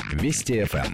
Вести ФМ.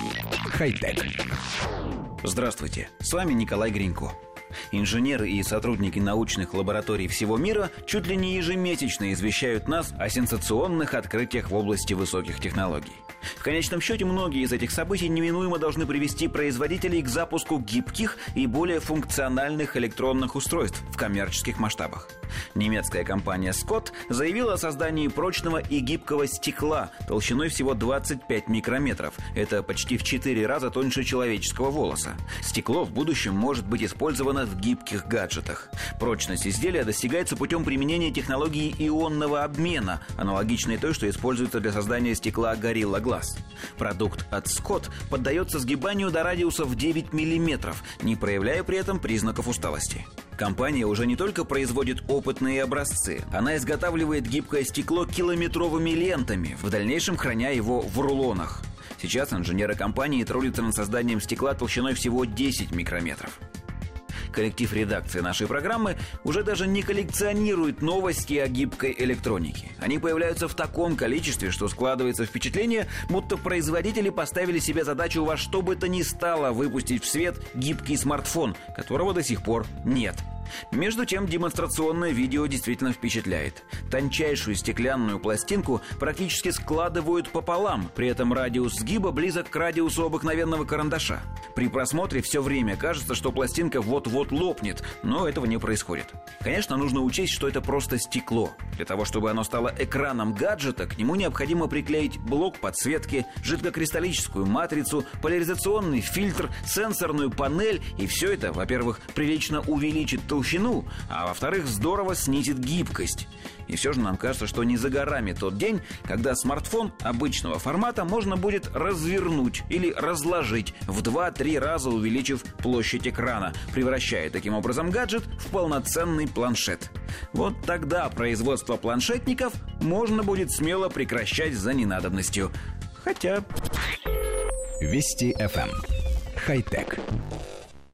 Хай-тек. Здравствуйте, с вами Николай Гринько. Инженеры и сотрудники научных лабораторий всего мира чуть ли не ежемесячно извещают нас о сенсационных открытиях в области высоких технологий. В конечном счете, многие из этих событий неминуемо должны привести производителей к запуску гибких и более функциональных электронных устройств в коммерческих масштабах. Немецкая компания Scott заявила о создании прочного и гибкого стекла толщиной всего 25 микрометров. Это почти в 4 раза тоньше человеческого волоса. Стекло в будущем может быть использовано в гибких гаджетах. Прочность изделия достигается путем применения технологии ионного обмена, аналогичной той, что используется для создания стекла Gorilla Glass. Продукт от Scott поддается сгибанию до радиусов 9 миллиметров, не проявляя при этом признаков усталости. Компания уже не только производит опытные образцы, она изготавливает гибкое стекло километровыми лентами, в дальнейшем храня его в рулонах. Сейчас инженеры компании трудятся над созданием стекла толщиной всего 10 микрометров. Коллектив редакции нашей программы уже даже не коллекционирует новости о гибкой электронике. Они появляются в таком количестве, что складывается впечатление, будто производители поставили себе задачу во что бы то ни стало выпустить в свет гибкий смартфон, которого до сих пор нет. Между тем, демонстрационное видео действительно впечатляет. Тончайшую стеклянную пластинку практически складывают пополам, при этом радиус сгиба близок к радиусу обыкновенного карандаша. При просмотре все время кажется, что пластинка вот-вот лопнет, но этого не происходит. Конечно, нужно учесть, что это просто стекло. Для того, чтобы оно стало экраном гаджета, к нему необходимо приклеить блок подсветки, жидкокристаллическую матрицу, поляризационный фильтр, сенсорную панель, и все это, во-первых, прилично увеличит толщину, а во-вторых, здорово снизит гибкость. И все же нам кажется, что не за горами тот день, когда смартфон обычного формата можно будет развернуть или разложить в 2-3 раза, увеличив площадь экрана, превращая таким образом гаджет в полноценный планшет. Вот тогда производство планшетников можно будет смело прекращать за ненадобностью. Хотя... Вести ФМ. Хай-тек.